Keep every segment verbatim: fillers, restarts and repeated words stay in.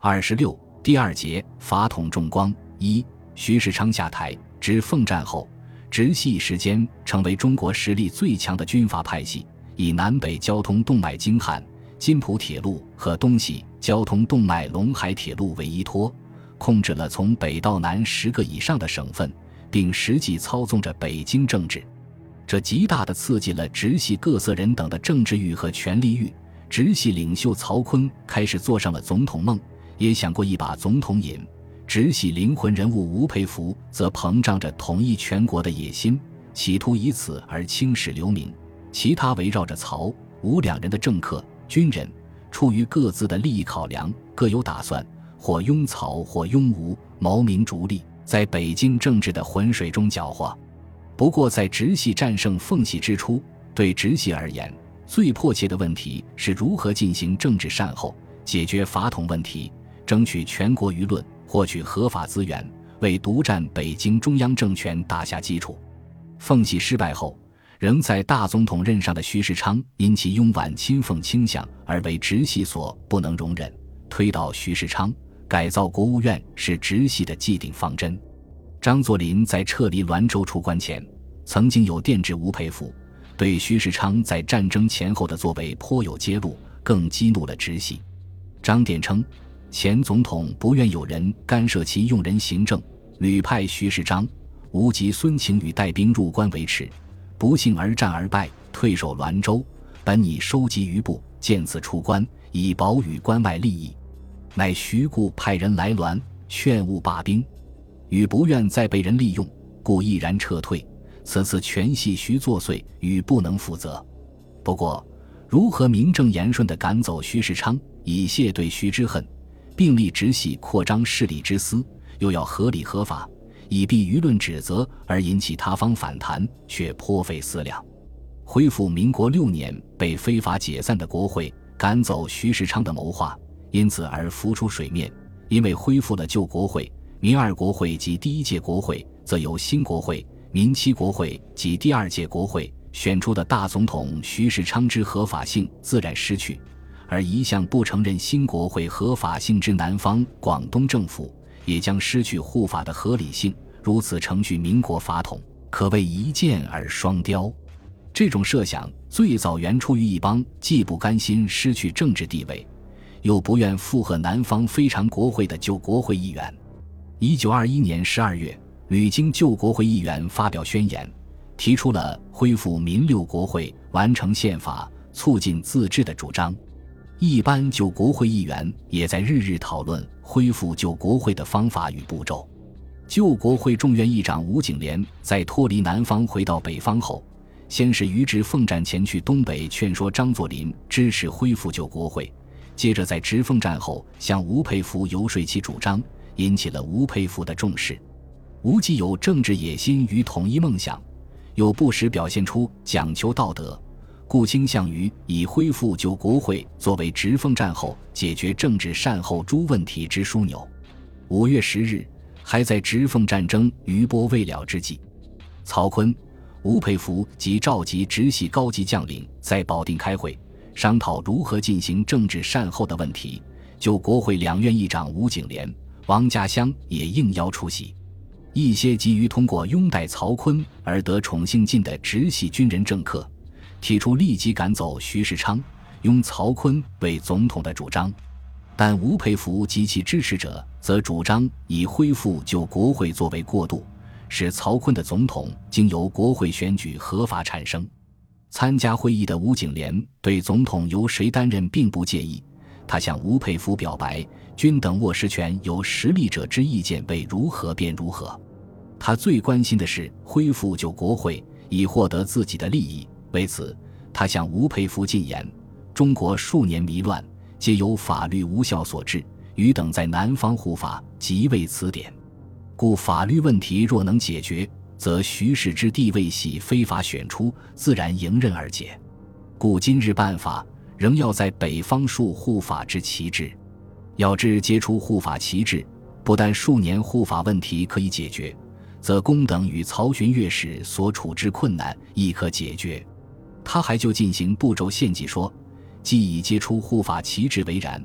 二十六第二节法统重光。一徐世昌下台，直奉战后，直系时间成为中国实力最强的军阀派系，以南北交通动脉京汉、津浦铁路和东西交通动脉陇海铁路为依托，控制了从北到南十个以上的省份，并实际操纵着北京政治。这极大地刺激了直系各色人等的政治欲和权力欲。直系领袖曹锟开始做上了总统梦，也想过一把总统瘾。直系灵魂人物吴佩孚则膨胀着统一全国的野心，企图以此而青史留名。其他围绕着曹、吴两人的政客、军人，出于各自的利益考量，各有打算，或拥曹或拥吴，谋名逐利，在北京政治的浑水中搅和。不过在直系战胜奉系之初，对直系而言，最迫切的问题是如何进行政治善后，解决法统问题，争取全国舆论，获取合法资源，为独占北京中央政权打下基础。奉系失败后，仍在大总统任上的徐世昌因其拥皖亲奉倾向而为直系所不能容忍，推倒徐世昌，改造国务院是直系的既定方针。张作霖在撤离滦州出关前，曾经有电致吴佩孚，对徐世昌在战争前后的作为颇有揭露，更激怒了直系。张电称，前总统不愿有人干涉其用人行政，屡派徐世昌、吴及孙晴雨带兵入关维持，不幸而战而败，退守滦州，本拟收集余部，见此出关，以保与关外利益。乃徐固派人来滦，劝勿罢兵，与不愿再被人利用，故毅然撤退。此次全系徐作祟，与不能负责。不过，如何名正言顺地赶走徐世昌，以泄对徐之恨，并立直系扩张势力之私，又要合理合法，以避舆论指责而引起他方反弹，却颇费思量。恢复民国六年被非法解散的国会，赶走徐世昌的谋划，因此而浮出水面。因为恢复了旧国会、民二国会及第一届国会，则由新国会、民七国会及第二届国会选出的大总统徐世昌之合法性自然失去，而一向不承认新国会合法性之南方广东政府也将失去护法的合理性，如此程序民国法统，可谓一箭而双雕。这种设想最早源出于一帮既不甘心失去政治地位，又不愿附和南方非常国会的旧国会议员。一九二一年十二月，旅经旧国会议员发表宣言，提出了恢复民六国会、完成宪法、促进自治的主张。一般旧国会议员也在日日讨论恢复旧国会的方法与步骤。旧国会众院议长吴景莲在脱离南方回到北方后，先是于直奉战前去东北劝说张作霖支持恢复旧国会，接着在直奉战后向吴佩孚游说其主张，引起了吴佩孚的重视。吴既有政治野心与统一梦想，又不时表现出讲求道德，故倾向于以恢复旧国会作为直奉战后解决政治善后诸问题之枢纽。五月十日，还在直奉战争余波未了之际，曹锟、吴佩孚即召集直系高级将领在保定开会，商讨如何进行政治善后的问题。就国会两院议长吴景莲、王家乡也应邀出席。一些急于通过拥戴曹锟而得宠幸晋的直系军人政客，提出立即赶走徐世昌，拥曹锟为总统的主张。但吴佩孚及其支持者则主张以恢复旧国会作为过渡，使曹锟的总统经由国会选举合法产生。参加会议的吴景莲对总统由谁担任并不介意，他向吴佩孚表白，均等握实权由实力者之意见为如何便如何。他最关心的是恢复旧国会，以获得自己的利益。为此，他向吴佩孚进言：中国数年迷乱，皆由法律无效所致，余等在南方护法，即为此点。故法律问题若能解决，则徐氏之地位系非法选出，自然迎刃而解。故今日办法，仍要在北方树护法之旗帜。要知揭出护法旗帜，不但数年护法问题可以解决，则公等与曹询越氏所处之困难亦可解决。他还就进行步骤献计说，既已揭出护法旗帜为然，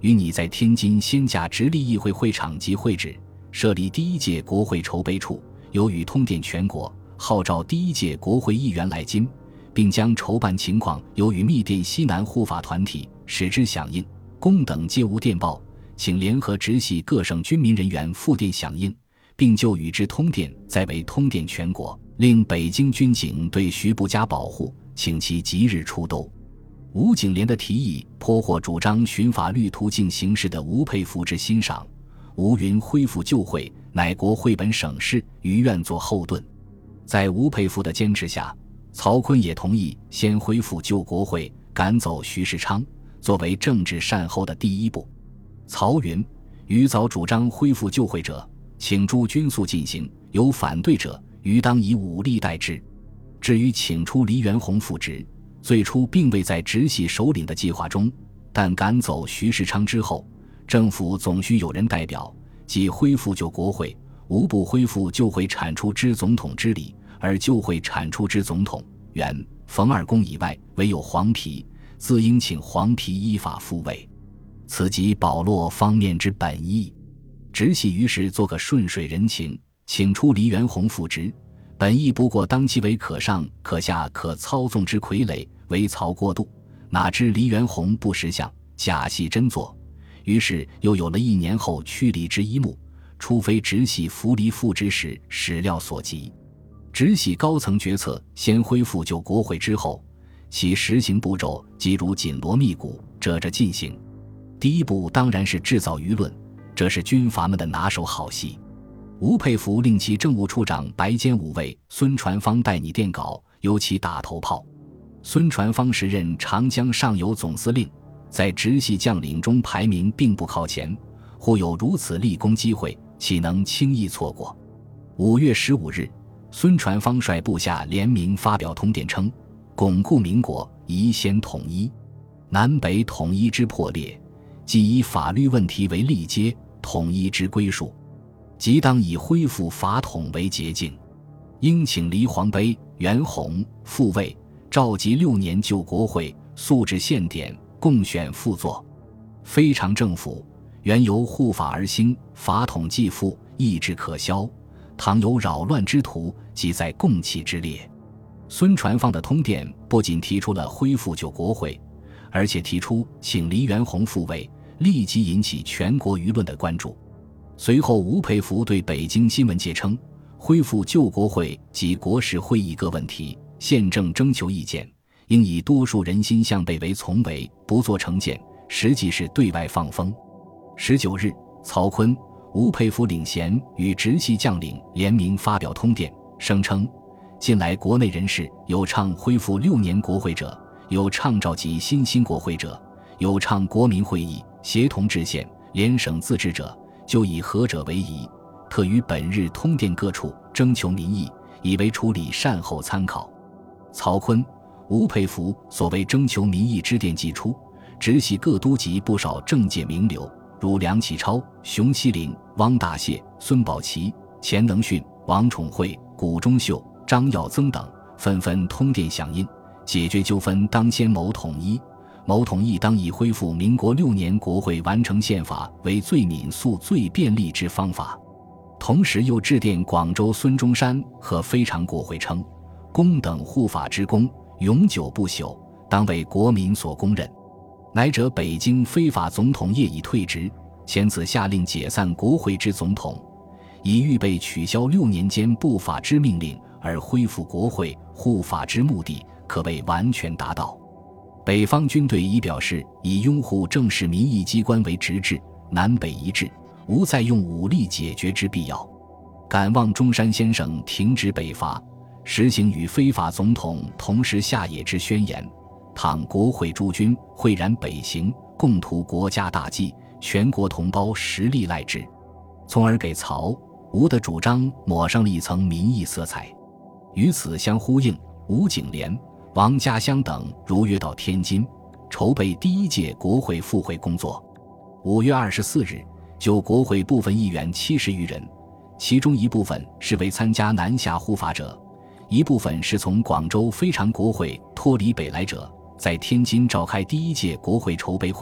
与你在天津先驾直隶议会会场及会址，设立第一届国会筹备处，由与通电全国，号召第一届国会议员来津，并将筹办情况由与密电西南护法团体，使之响应。公等皆无电报，请联合直系各省军民人员复电响应，并就与之通电，再为通电全国，令北京军警对徐不加保护，请其即日出兜。吴景莲的提议颇获主张循法律途径行事的吴佩孚之欣赏，吴云恢复旧会，乃国会本省事，于愿作后盾。在吴佩孚的坚持下，曹锟也同意先恢复旧国会，赶走徐世昌，作为政治善后的第一步。曹云、余早主张恢复旧会者，请诸军速进行；有反对者，余当以武力代之。至于请出黎元洪复职，最初并未在直系首领的计划中，但赶走徐世昌之后，政府总需有人代表，即恢复旧国会，无不恢复旧会产出之总统之礼，而旧会产出之总统，原冯二公以外，唯有黄皮，自应请黄皮依法复位。此即保落方面之本意。直系于是做个顺水人情，请出黎元洪复职，本意不过当其为可上可下可操纵之傀儡，为曹过度，哪知黎元洪不识相，假戏真做，于是又有了一年后驱离之一幕，除非直系扶黎复职时始料所及。直系高层决策先恢复旧国会之后，其实行步骤即如紧锣密鼓，着着进行。第一步当然是制造舆论，这是军阀们的拿手好戏。吴佩孚令其政务处长白坚武卫孙传芳代拟电稿，由其打头炮。孙传芳时任长江上游总司令，在直系将领中排名并不靠前，忽有如此立功机会，岂能轻易错过？五月十五日，孙传芳率部下联名发表通电称，巩固民国，宜先统一。南北统一之破裂，即以法律问题为立阶，统一之归属，即当以恢复法统为捷径。应请黎黄碑、袁弘复位，召集六年旧国会，素制宪典，共选副作。非常政府原由护法而兴，法统既复，意志可消，倘有扰乱之徒，即在共弃之列。孙传芳的通电不仅提出了恢复旧国会，而且提出请黎元洪复位，立即引起全国舆论的关注。随后吴佩孚对北京新闻界称，恢复旧国会及国事会议各问题，宪政征求意见，应以多数人心向背为从为，不作成见，实际是对外放风。十九日，曹锟、吴佩孚领衔与直系将领联名发表通电，声称近来国内人士有倡恢复六年国会者，有倡召集新兴国会者，有倡国民会议协同制宪联省自治者，就以何者为宜，特于本日通电各处征求民意，以为处理善后参考。曹锟、吴佩孚所谓征求民意之电既出，直系各督及不少政界名流，如梁启超、熊希龄、汪大燮、孙宝琦、钱能训、王宠惠、谷中秀、张耀增等，纷纷通电响应，解决纠纷当先谋统一，谋统一当以恢复民国六年国会完成宪法为最敏速最便利之方法。同时又致电广州孙中山和非常国会称，公等护法之功永久不朽，当为国民所公认。乃者北京非法总统业已退职，前此下令解散国会之总统，以预备取消六年间不法之命令而恢复国会护法之目的，可谓完全达到。北方军队已表示以拥护正式民意机关为直制，南北一致，无再用武力解决之必要。敢望中山先生停止北伐，实行与非法总统同时下野之宣言，倘国会诸军会然北行，共图国家大计，全国同胞实力赖之，从而给曹、吴的主张抹上了一层民意色彩。与此相呼应，吴景莲、王家乡等如约到天津，筹备第一届国会复会工作。五月二十四日，就国会部分议员七十余人，其中一部分是为参加南下护法者，一部分是从广州非常国会脱离北来者，在天津召开第一届国会筹备会，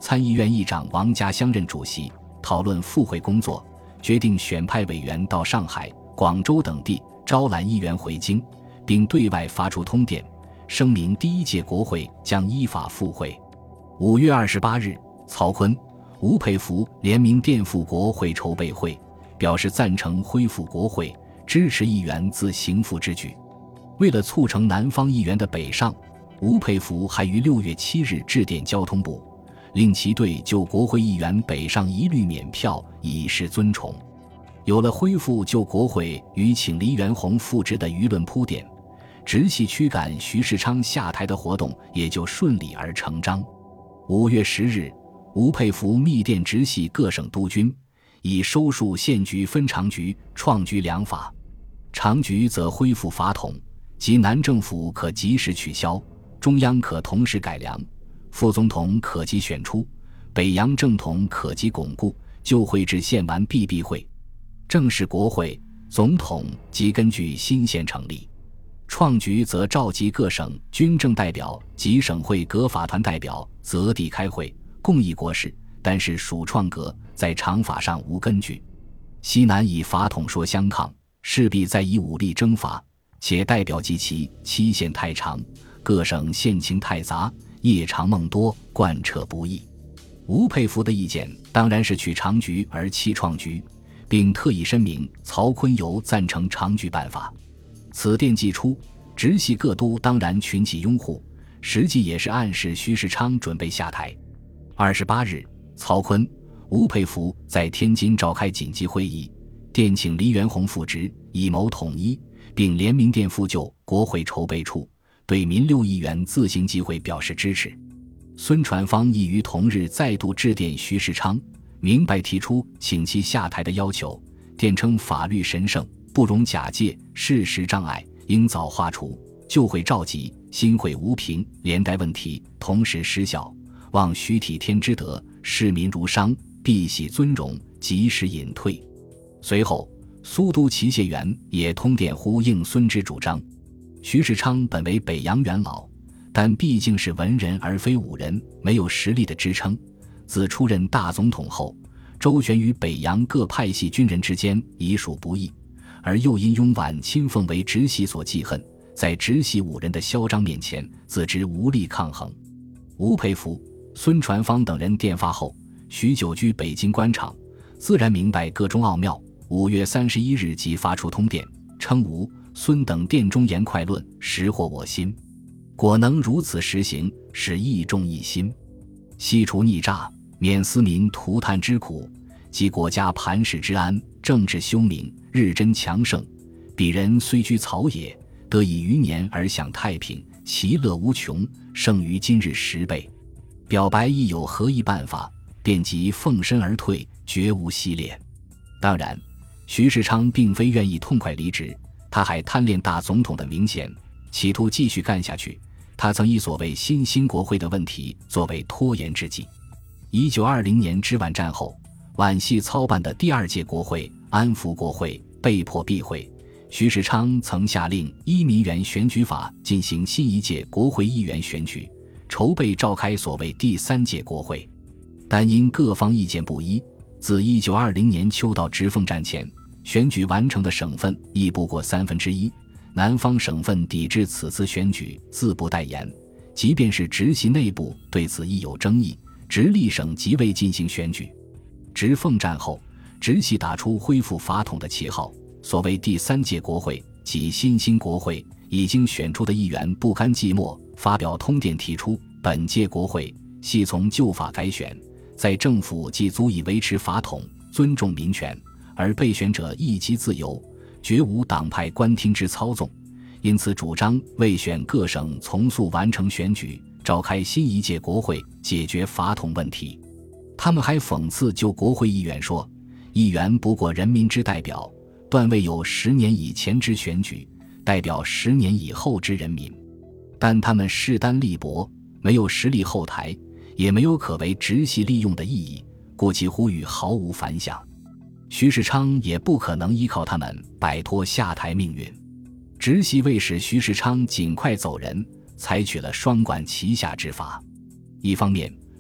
参议院议长王家相任主席，讨论复会工作，决定选派委员到上海、广州等地招揽议员回京，并对外发出通电，声明第一届国会将依法复会。五月二十八日，曹锟、吴佩孚联名电赴国会筹备会，表示赞成恢复国会，支持议员自行复之举。为了促成南方议员的北上，吴佩孚还于六月七日致电交通部，令其对就国会议员北上一律免票，以示尊崇。有了恢复就国会与请黎元洪复职的舆论铺垫，直系驱赶徐世昌下台的活动也就顺理而成章。五月十日，吴佩孚密电直系各省督军，以收束县局分长局、创局两法，长局则恢复法统，即南政府可及时取消，中央可同时改良，副总统可即选出，北洋正统可即巩固，旧会制宪完毕必会。正式国会、总统即根据新宪成立。创局则召集各省军政代表及省会革法团代表择地开会，共议国事，但是属创革在常法上无根据。西南以法统说相抗，势必再以武力征伐，且代表及其期限太长，各省县情太杂，夜长梦多，贯彻不易。吴佩孚的意见当然是取长局而弃创局，并特意声明曹锟尤赞成长局办法。此电寄出，直系各都当然群起拥护，实际也是暗示徐世昌准备下台。二十八日，曹锟、吴佩孚在天津召开紧急会议，电请黎元洪复职，以谋统一，并联名电复就国会筹备处，对民六议员自行集会表示支持。孙传芳亦于同日再度致电徐世昌，明白提出请其下台的要求，电称法律神圣，不容假借，事实障碍应早化除，旧会召集，新会无凭，连带问题同时失效，望徐体天之德，市民如商，必喜尊荣，及时隐退。随后苏都祁谢元也通电呼应孙之主张。徐世昌本为北洋元老，但毕竟是文人而非武人，没有实力的支撑。自出任大总统后，周旋于北洋各派系军人之间，已属不易，而又因拥晚亲奉为直系所记恨，在直系武人的嚣张面前，自知无力抗衡。吴佩孚、孙传芳等人电发后，许久居北京官场，自然明白各中奥妙。五月三十一日即发出通电，称吴、孙等电中言快论，实获我心。果能如此实行，使义重一心，悉除逆诈，免思民涂炭之苦，及国家盘石之安，政治修明，日臻强盛。彼人虽居草野，得以余年而享太平，其乐无穷，胜于今日十倍。表白亦有何意办法，便即奉身而退，绝无希恋。当然，徐世昌并非愿意痛快离职，他还贪恋大总统的名衔，企图继续干下去。他曾以所谓新兴国会的问题作为拖延之计。一九二零年之晚战后，皖系操办的第二届国会安抚国会被迫闭会，徐世昌曾下令依民员选举法进行新一届国会议员选举，筹备召开所谓第三届国会。但因各方意见不一，自一九二零年秋到直奉战前，选举完成的省份亦不过三分之一，南方省份抵制此次选举自不待言，即便是直系内部对此亦有争议，直隶省即未进行选举。直奉战后，直系打出恢复法统的旗号，所谓第三届国会即新兴国会，已经选出的议员不甘寂寞，发表通电提出，本届国会系从旧法改选，在政府既足以维持法统，尊重民权，而被选者亦极自由，绝无党派官厅之操纵，因此主张为选各省从速完成选举，召开新一届国会，解决法统问题。他们还讽刺就国会议员说，议员不过人民之代表，断未有十年以前之选举，代表十年以后之人民。但他们势单力薄，没有实力后台，也没有可为直系利用的意义，故其呼吁毫无反响。徐世昌也不可能依靠他们摆脱下台命运。直系为使徐世昌尽快走人，采取了双管齐下之法。一方面，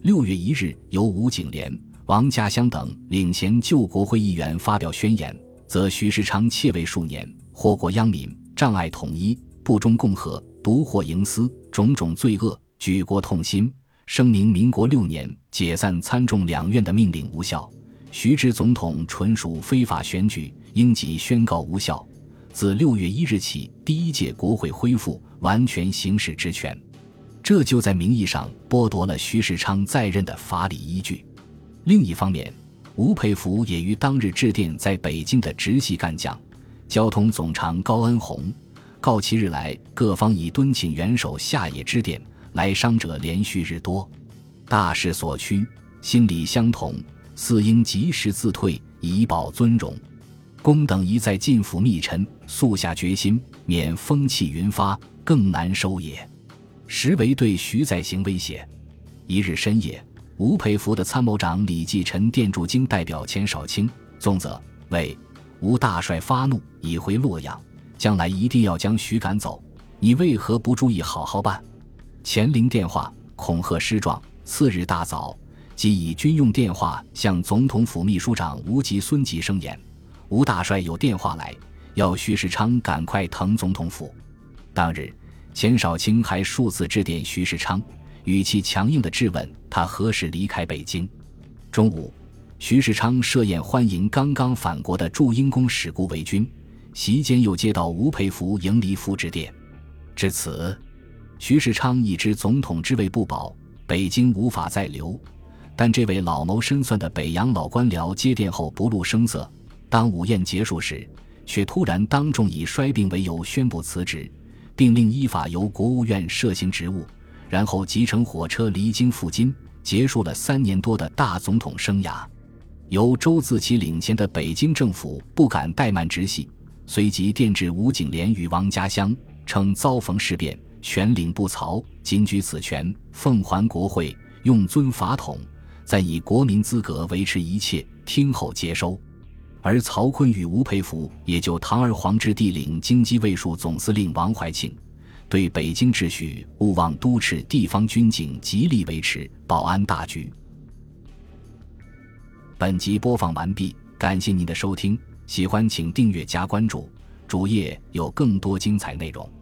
六月一日，由吴景莲、王家乡等领衔旧国会议员发表宣言，则徐世昌窃位数年，祸国殃民，障碍统一，不忠共和，独获营私，种种罪恶，举国痛心，声明民国六年解散参众两院的命令无效，徐之总统纯属非法选举，应即宣告无效。自六月一日起，第一届国会恢复完全行使职权。这就在名义上剥夺了徐世昌在任的法理依据。另一方面，吴佩孚也于当日致电在北京的直系干将、交通总长高恩洪，告其日来各方已敦请元首下野之电，来商者连续日多，大势所趋，心理相同，似应及时自退，以保尊荣。公等一再进府密陈，速下决心，免风气云发，更难收也。实为对徐载行威胁。一日深夜，吴佩孚的参谋长李继臣电驻京代表钱少卿，纵责谓吴大帅发怒，已回洛阳，将来一定要将徐赶走，你为何不注意好好办？钱灵电话恐吓失状。次日大早，即以军用电话向总统府秘书长吴吉孙吉声言，吴大帅有电话来，要徐世昌赶快腾总统府。当日钱少卿还数次致电徐世昌，语气强硬地质问他何时离开北京。中午，徐世昌设宴欢迎刚刚返国的驻英公使顾维钧，席间又接到吴佩孚迎离府致电。至此，徐世昌已知总统之位不保，北京无法再留，但这位老谋深算的北洋老官僚接电后不露声色，当午宴结束时，却突然当众以衰病为由宣布辞职，并令依法由国务院设行职务，然后即乘火车离京赴京，结束了三年多的大总统生涯。由周自齐领衔的北京政府不敢怠慢直系，随即电致吴景莲与王家乡，称遭逢事变，全领不曹，今居此权，奉还国会，用遵法统，暂以国民资格维持一切，听候接收。而曹锟与吴佩孚也就堂而皇之地领京畿卫戍总司令王怀庆，对北京秩序勿忘督斥地方军警极力维持保安大局。本集播放完毕，感谢您的收听，喜欢请订阅加关注，主页有更多精彩内容。